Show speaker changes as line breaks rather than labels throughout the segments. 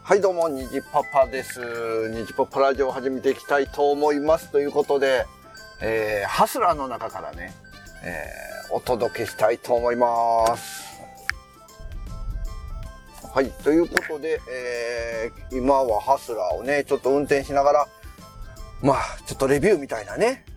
はいどうも、にじパパです。にじパパラジオを始めていきたいと思います。ということで、ハスラーの中からね、お届けしたいと思います。はい、ということで、今はハスラーをね、ちょっと運転しながら、ちょっとレビューみたいなね、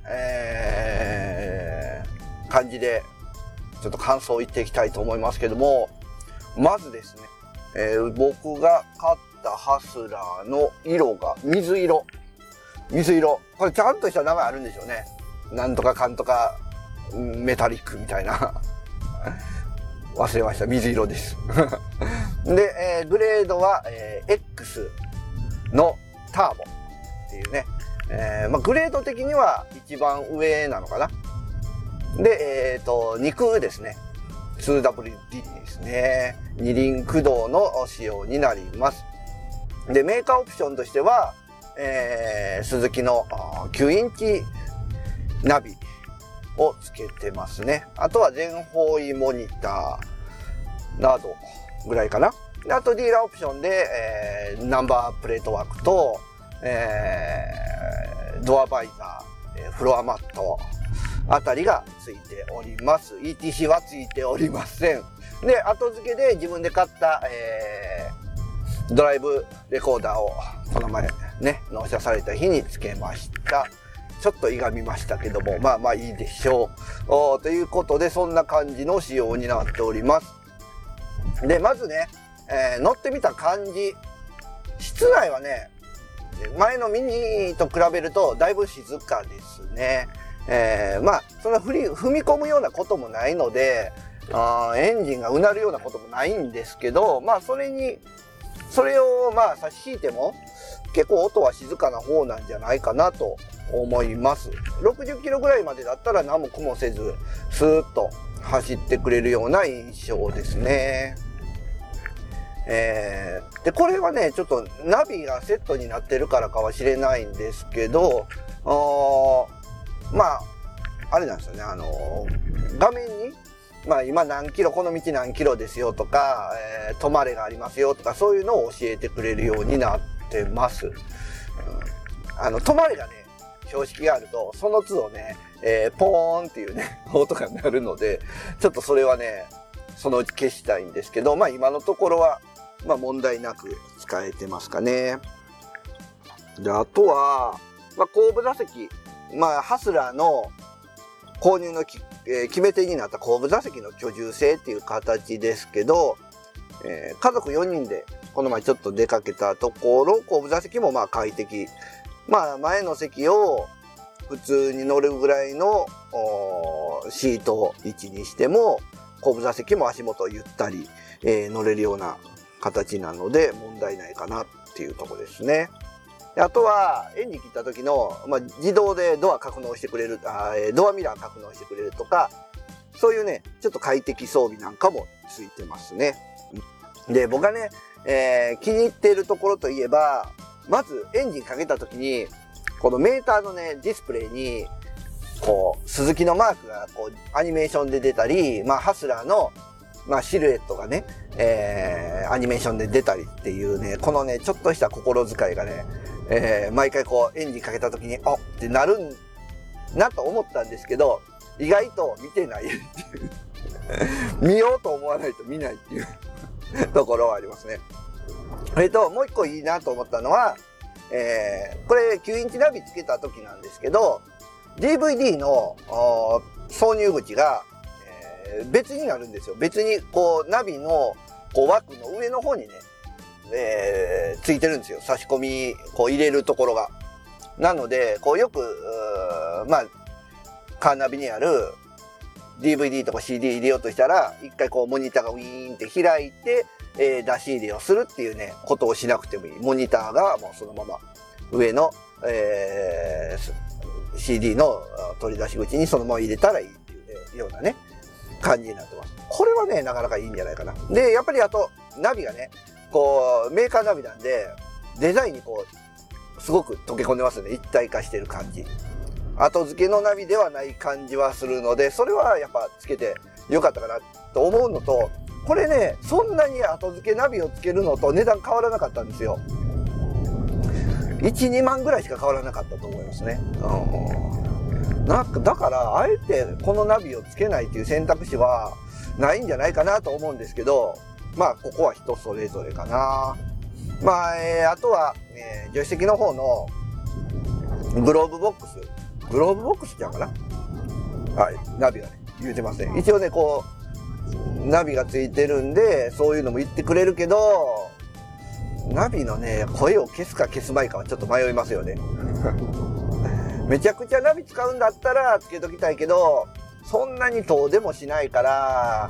感じで、ちょっと感想を言っていきたいと思いますけども、まずですね、僕が買ったハスラーの色が水色。これちゃんとした名前あるんでしょうね。なんとかかんとかメタリックみたいな。忘れました。水色です。で、グレードは、X のターボっていうね。グレード的には一番上なのかな。で、2駆ですね。2WD ですね。二輪駆動の仕様になります。で、メーカーオプションとしては、スズキの9インチナビをつけてますね。あとは全方位モニターなどぐらいかな。であとディーラーオプションで、ナンバープレート枠と、ドアバイザー、フロアマットあたりがついております。ETC はついておりません。で、後付けで自分で買った、ドライブレコーダーをこの前ね、納車された日につけました。ちょっと歪みましたけども、まあいいでしょう。ということで、そんな感じの仕様になっております。で、まずね、乗ってみた感じ。室内はね、前のミニと比べるとだいぶ静かですね。そんな踏み込むようなこともないので、エンジンがうなるようなこともないんですけど、それを差し引いても結構音は静かな方なんじゃないかなと思います。60キロぐらいまでだったら何も苦もせずスーッと走ってくれるような印象ですね。でこれはねちょっとナビがセットになってるからかはしれないんですけど、あれなんですよね、画面に今何キロ、この道何キロですよとか、止まれがありますよとか、そういうのを教えてくれるようになってます。止まれがね、標識があると、その都度ね、ポーンっていうね、音が鳴るので、ちょっとそれはね、そのうち消したいんですけど、今のところは、問題なく使えてますかね。で、あとは、後部座席、ハスラーの購入の決め手になった後部座席の居住性っていう形ですけど、家族4人でこの前ちょっと出かけたところ、後部座席も快適。前の席を普通に乗るぐらいのシート位置にしても、後部座席も足元ゆったり、乗れるような形なので問題ないかなっていうところですね。あとはエンジン切った時の、自動でドア格納してくれる、ドアミラー格納してくれるとか、そういうねちょっと快適装備なんかもついてますね。で僕がね、気に入っているところといえば、まずエンジンかけた時にこのメーターのねディスプレイにこうスズキのマークがこうアニメーションで出たり、ハスラーのシルエットがね、アニメーションで出たりっていうね、このねちょっとした心遣いがね、毎回こうエンジンかけた時にってなるなと思ったんですけど、意外と見てないっていう見ようと思わないと見ないっていうところはありますね。もう一個いいなと思ったのは、これ9インチナビつけた時なんですけど、 DVD の挿入口が、別になるんですよ。別にこうナビのこう枠の上の方にねついてるんですよ。差し込みこう入れるところが。なのでこうよくカーナビにある DVD とか CD 入れようとしたら、一回こうモニターがウィーンって開いて、出し入れをするっていうねことをしなくてもいい。モニターがもうそのまま上の、CD の取り出し口にそのまま入れたらいいっていう、ね、ようなね感じになってます。これはねなかなかいいんじゃないかな。でやっぱりあとナビがねこうメーカーナビなんでデザインにこうすごく溶け込んでますよね。一体化してる感じ。後付けのナビではない感じはするので、それはやっぱつけてよかったかなと思うのと、 これね、そんなに後付けナビをつけるのと値段変わらなかったんですよ。1、2万ぐらいしか変わらなかったと思いますね。だから、あえてこのナビをつけないという選択肢はないんじゃないかなと思うんですけど、まあ、ここは人それぞれかな。まあ、あとは、助手席の方のグローブボックスって言うかな？はい、ナビがね、言うてません。一応ね、こう、ナビがついてるんで、そういうのも言ってくれるけど、ナビのね、声を消すか消すまいかはちょっと迷いますよね。めちゃくちゃナビ使うんだったらつけときたいけど、そんなに遠出もしないから、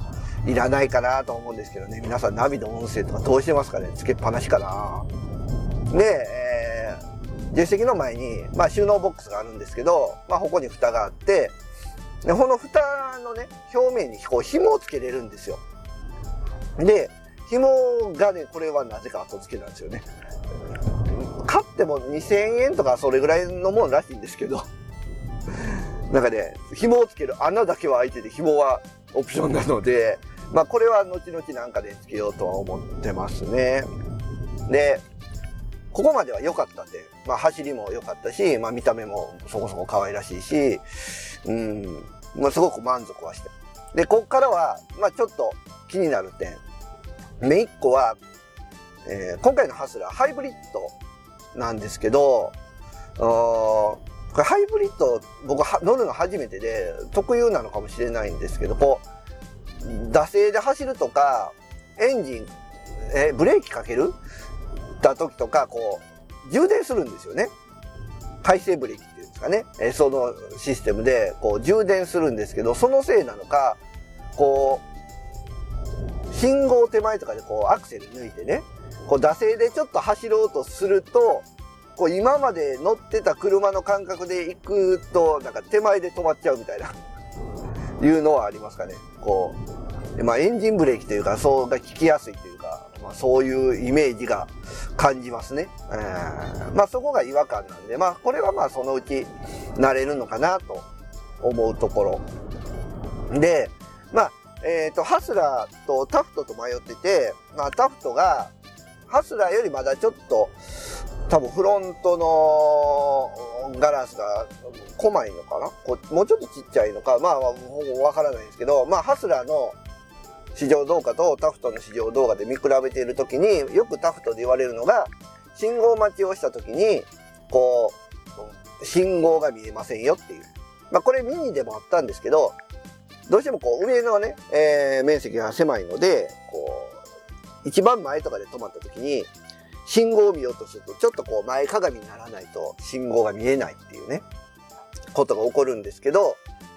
いらないかなと思うんですけどね。皆さんナビの音声とかどうしてますかね？つけっぱなしかな。で、助手席の前に、まあ収納ボックスがあるんですけど、まあここに蓋があって、でこの蓋のね、表面にこう紐をつけれるんですよ。で、紐がね、これはなぜか後付けなんですよね。買っても2000円とかそれぐらいのもんらしいんですけど、なんかね、紐をつける穴だけは開いてて紐はオプションなので、まあこれは後々なんかでつけようとは思ってますね。で、ここまでは良かったんで、まあ走りも良かったし、まあ見た目もそこそこ可愛らしいし、まあすごく満足はして。で、こっからは、まあちょっと気になる点。目一個は、今回のハスラーハイブリッドなんですけど、これハイブリッド僕乗るの初めてで特有なのかもしれないんですけど、こう惰性で走るとかエンジン、ブレーキかけるた時とかこう充電するんですよね。回生ブレーキっていうんですかね、そのシステムでこう充電するんですけど、そのせいなのかこう信号手前とかでこうアクセル抜いてね、こう惰性でちょっと走ろうとすると、こう今まで乗ってた車の感覚で行くとなんか手前で止まっちゃうみたいないうのはありますかね。こうまあエンジンブレーキというかそうが効きやすいというか、まあ、そういうイメージが感じますね。まあそこが違和感なんで、まあこれはまあそのうち慣れるのかなと思うところで、まあハスラーとタフトと迷ってて、まあタフトがハスラーよりまだちょっと多分フロントのガラスが細いのかな、もうちょっとちっちゃいのか、まあわからないんですけど、まあハスラーの試乗動画とタフトの試乗動画で見比べているときによくタフトで言われるのが、信号待ちをしたときにこう信号が見えませんよっていう、まあこれミニでもあったんですけど、どうしてもこう上のね、面積が狭いので、こう一番前とかで止まったときに信号を見ようとするとちょっとこう前かがみにならないと信号が見えないっていうねことが起こるんですけど、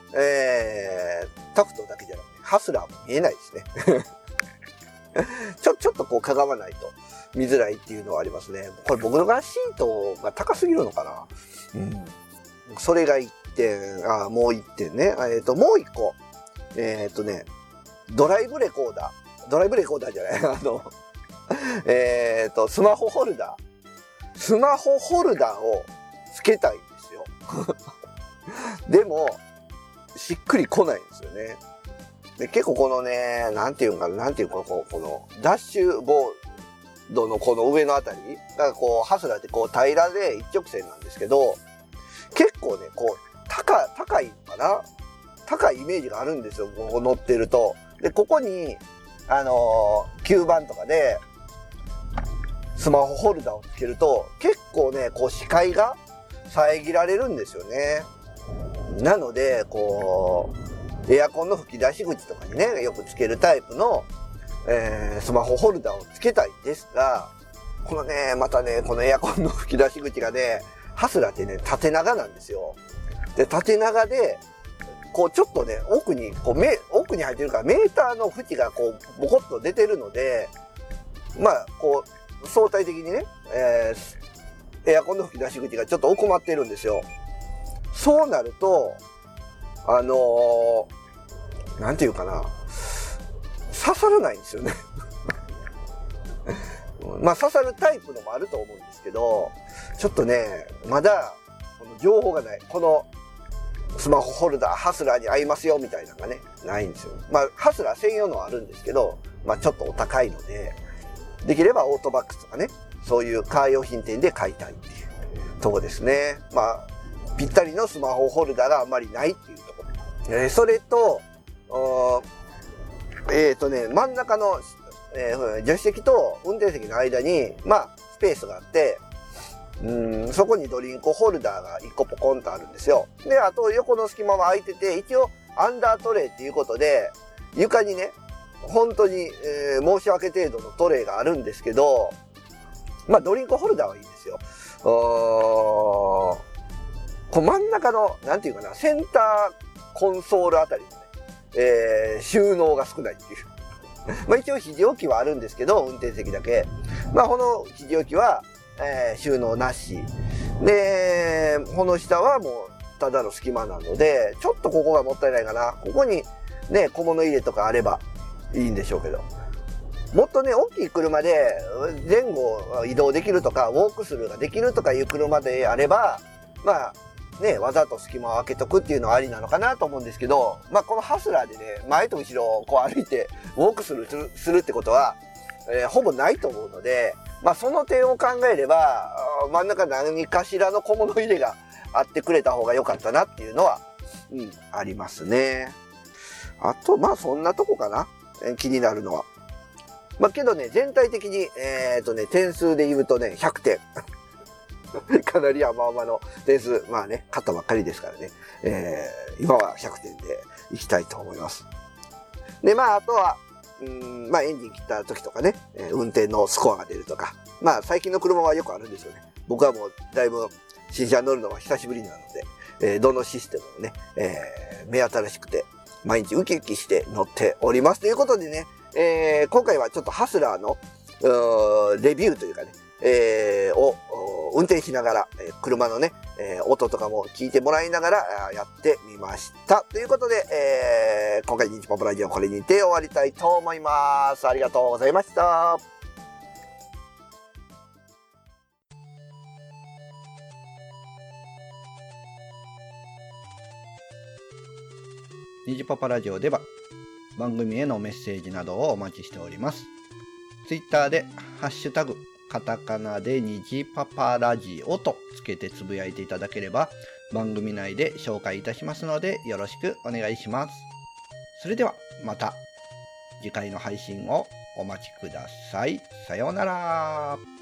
タフトだけじゃなくてハスラーも見えないですねちょっとこうかがまないと見づらいっていうのはありますね。これ僕のシートが高すぎるのかな、それが1点。もう1点ね。もう1個ドライブレコーダーじゃないスマホホルダーをつけたいんですよでもしっくりこないんですよね。で結構このね、なんていうの、このダッシュボードのこの上のあたりがこうハスラーってこう平らで一直線なんですけど、結構ねこう高いのかな、高いイメージがあるんですよ、ここ乗ってると。でここに吸盤とかでスマホホルダーをつけると結構ねこう視界が遮られるんですよね。なのでこうエアコンの吹き出し口とかにねよくつけるタイプの、スマホホルダーをつけたいですが、このねまたねこのエアコンの吹き出し口がね、ハスラーってね縦長なんですよ。で縦長でこうちょっとね奥に入ってるからメーターの縁がこうボコッと出てるので、まあこう相対的にね、エアコンの吹き出し口がちょっと奥まってるんですよ。そうなるとなんていうかな、刺さらないんですよねまあ刺さるタイプのもあると思うんですけど、ちょっとねまだこの情報がない、このスマホホルダーハスラーに合いますよみたいなのがねないんですよ。まあハスラー専用のはあるんですけど、 まあちょっとお高いので、できればオートバックスとかね、そういうカー用品店で買いたいっていうとこですね。まあ、ぴったりのスマホホルダーがあんまりないっていうところ。それと、真ん中の、助手席と運転席の間に、まあ、スペースがあって、そこにドリンクホルダーが1個ポコンとあるんですよ。で、あと横の隙間は空いてて、一応アンダートレイっていうことで、床にね、本当に、申し訳程度のトレイがあるんですけど、まあドリンクホルダーはいいんですよ。こう真ん中の、なんていうかな、センターコンソールあたりのね、収納が少ないっていう。まあ一応肘置きはあるんですけど、運転席だけ。まあこの肘置きは、収納なし。で、この下はもうただの隙間なので、ちょっとここがもったいないかな。ここにね、小物入れとかあればいいんでしょうけど。もっとね、大きい車で前後移動できるとか、ウォークスルーができるとかいう車であれば、まあ、ね、わざと隙間を空けとくっていうのはありなのかなと思うんですけど、まあこのハスラーでね、前と後ろをこう歩いてウォークスルーするってことは、ほぼないと思うので、まあその点を考えれば、真ん中何かしらの小物入れがあってくれた方が良かったなっていうのは、ありますね。あと、まあそんなとこかな。気になるのは。まあけどね、全体的に、点数で言うとね、100点。かなり甘々の点数。まあね、買ったばっかりですからね。今は100点でいきたいと思います。で、まああとは、まあエンジン切った時とかね、運転のスコアが出るとか。まあ最近の車はよくあるんですよね。僕はもうだいぶ新車に乗るのは久しぶりなので、どのシステムもね、目新しくて、毎日ウキウキして乗っております。ということでね、今回はちょっとハスラーのレビューというかね、を運転しながら、車のね、音とかも聞いてもらいながらやってみました。ということで、今回ニジパパラジオこれにて終わりたいと思います。ありがとうございました。ニジパパラジオでは番組へのメッセージなどをお待ちしております。ツイッターでハッシュタグカタカナでニジパパラジオとつけてつぶやいていただければ番組内で紹介いたしますのでよろしくお願いします。それではまた次回の配信をお待ちください。さようなら。